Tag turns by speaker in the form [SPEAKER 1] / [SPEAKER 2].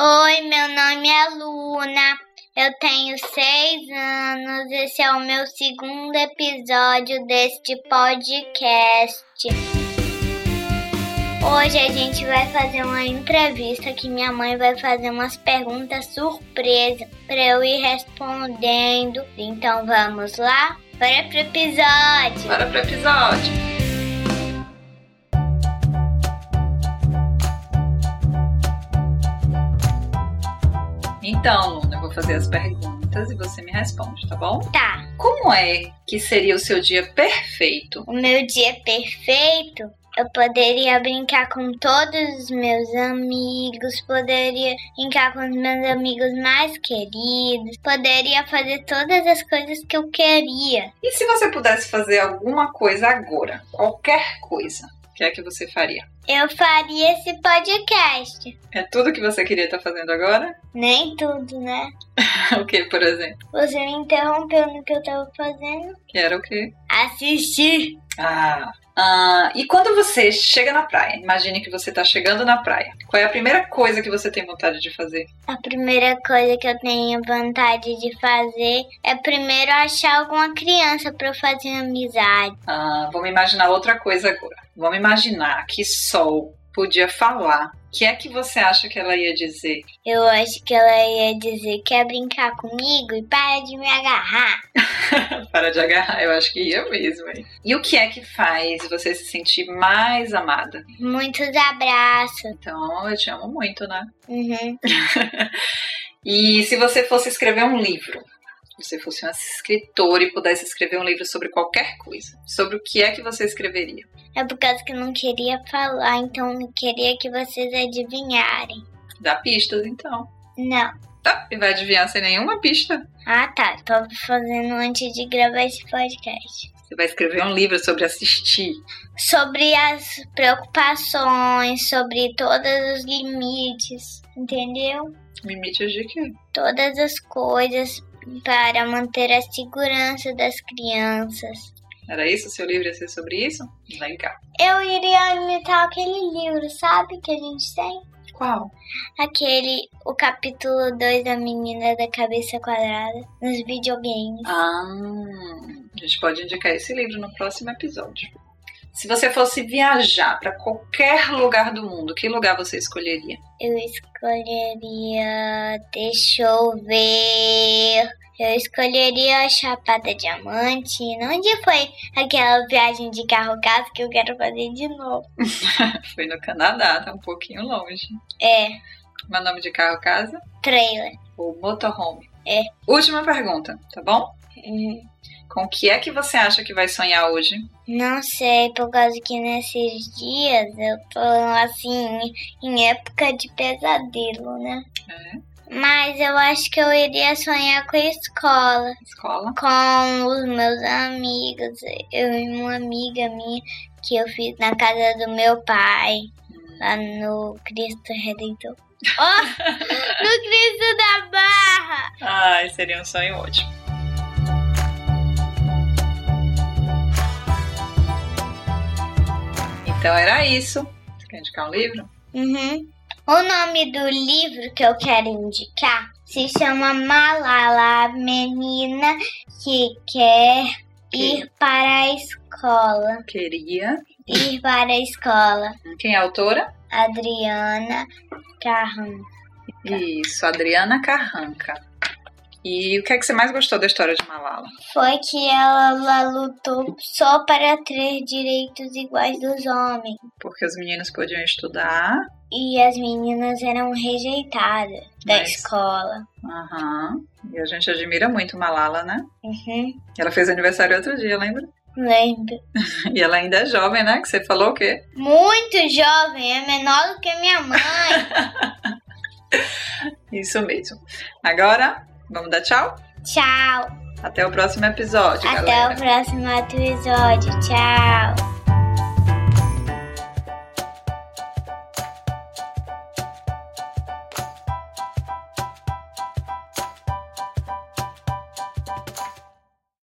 [SPEAKER 1] Oi, meu nome é Luna, eu tenho 6 anos, esse é o meu 2º episódio deste podcast. Hoje a gente vai fazer uma entrevista que minha mãe vai fazer umas perguntas surpresa para eu ir respondendo. Então vamos lá? Bora pro episódio!
[SPEAKER 2] Bora pro episódio! Então, Luna, eu vou fazer as perguntas e você me responde, tá bom?
[SPEAKER 1] Tá.
[SPEAKER 2] Como é que seria o seu dia perfeito?
[SPEAKER 1] O meu dia perfeito? Eu poderia brincar com todos os meus amigos, poderia brincar com os meus amigos mais queridos, poderia fazer todas as coisas que eu queria.
[SPEAKER 2] E se você pudesse fazer alguma coisa agora, qualquer coisa, o que é que você faria?
[SPEAKER 1] Eu faria esse podcast.
[SPEAKER 2] É tudo que você queria estar fazendo agora?
[SPEAKER 1] Nem tudo, né?
[SPEAKER 2] O que, por exemplo?
[SPEAKER 1] Você me interrompeu no que eu tava fazendo.
[SPEAKER 2] Que era o quê?
[SPEAKER 1] Assistir.
[SPEAKER 2] E quando você chega na praia, imagine que você está chegando na praia, qual é a primeira coisa que você tem vontade de fazer?
[SPEAKER 1] A primeira coisa que eu tenho vontade de fazer é primeiro achar alguma criança para eu fazer amizade.
[SPEAKER 2] Vamos imaginar outra coisa agora. Vamos imaginar que Sol podia falar. O que é que você acha que ela ia dizer?
[SPEAKER 1] Eu acho que ela ia dizer: quer brincar comigo e para de me agarrar.
[SPEAKER 2] Para de agarrar, eu acho que ia mesmo, hein? E o que é que faz você se sentir mais amada?
[SPEAKER 1] Muitos abraços.
[SPEAKER 2] Então, eu te amo muito, né?
[SPEAKER 1] Uhum.
[SPEAKER 2] E se você fosse escrever um livro? Se você fosse uma escritora e pudesse escrever um livro sobre qualquer coisa, sobre o que é que você escreveria?
[SPEAKER 1] É por causa que eu não queria falar, então eu queria que vocês adivinharem.
[SPEAKER 2] Dá pistas, então.
[SPEAKER 1] Não.
[SPEAKER 2] Tá, e vai adivinhar sem nenhuma pista?
[SPEAKER 1] Tá. Tô fazendo antes de gravar esse podcast.
[SPEAKER 2] Você vai escrever um livro sobre assistir.
[SPEAKER 1] Sobre as preocupações, sobre todos os limites, entendeu?
[SPEAKER 2] Limites de quê?
[SPEAKER 1] Todas as coisas para manter a segurança das crianças.
[SPEAKER 2] Era isso? O seu livro ia ser sobre isso? Legal.
[SPEAKER 1] Eu iria imitar aquele livro, sabe, que a gente tem?
[SPEAKER 2] Qual?
[SPEAKER 1] O capítulo 2 da Menina da Cabeça Quadrada, nos videogames.
[SPEAKER 2] A gente pode indicar esse livro no próximo episódio. Se você fosse viajar para qualquer lugar do mundo, que lugar você escolheria?
[SPEAKER 1] Eu escolheria... Deixa eu ver... Eu escolheria a Chapada Diamantina. Onde foi aquela viagem de carro-gás que eu quero fazer de novo?
[SPEAKER 2] Foi no Canadá, tá um pouquinho longe.
[SPEAKER 1] É.
[SPEAKER 2] Meu nome de carro-casa?
[SPEAKER 1] Trailer.
[SPEAKER 2] Ou motorhome?
[SPEAKER 1] É.
[SPEAKER 2] Última pergunta, tá bom?
[SPEAKER 1] Uhum.
[SPEAKER 2] Com o que é que você acha que vai sonhar hoje?
[SPEAKER 1] Não sei, por causa que nesses dias eu tô assim, em época de pesadelo, né?
[SPEAKER 2] É.
[SPEAKER 1] Mas eu acho que eu iria sonhar com a escola.
[SPEAKER 2] Escola?
[SPEAKER 1] Com os meus amigos. Eu e uma amiga minha que eu fiz na casa do meu pai. Lá no Cristo Redentor. No Cristo da Barra!
[SPEAKER 2] Seria um sonho ótimo. Então era isso. Você quer indicar um livro?
[SPEAKER 1] Uhum. O nome do livro que eu quero indicar se chama Malala, a menina que quer ir para a escola.
[SPEAKER 2] Queria
[SPEAKER 1] ir para a escola.
[SPEAKER 2] Quem é a autora?
[SPEAKER 1] Adriana Carranca.
[SPEAKER 2] Isso, Adriana Carranca. E o que é que você mais gostou da história de Malala?
[SPEAKER 1] Foi que ela lutou só para ter direitos iguais dos homens.
[SPEAKER 2] Porque os meninos podiam estudar.
[SPEAKER 1] E as meninas eram rejeitadas da escola.
[SPEAKER 2] E a gente admira muito Malala, né?
[SPEAKER 1] Uhum.
[SPEAKER 2] Ela fez aniversário outro dia, lembra?
[SPEAKER 1] Lembro.
[SPEAKER 2] E ela ainda é jovem, né? Que você falou o quê?
[SPEAKER 1] Muito jovem, é menor do que minha mãe.
[SPEAKER 2] Isso mesmo. Agora, vamos dar tchau?
[SPEAKER 1] Tchau.
[SPEAKER 2] Até o próximo episódio,
[SPEAKER 1] galera.
[SPEAKER 2] Até
[SPEAKER 1] o próximo episódio. Tchau.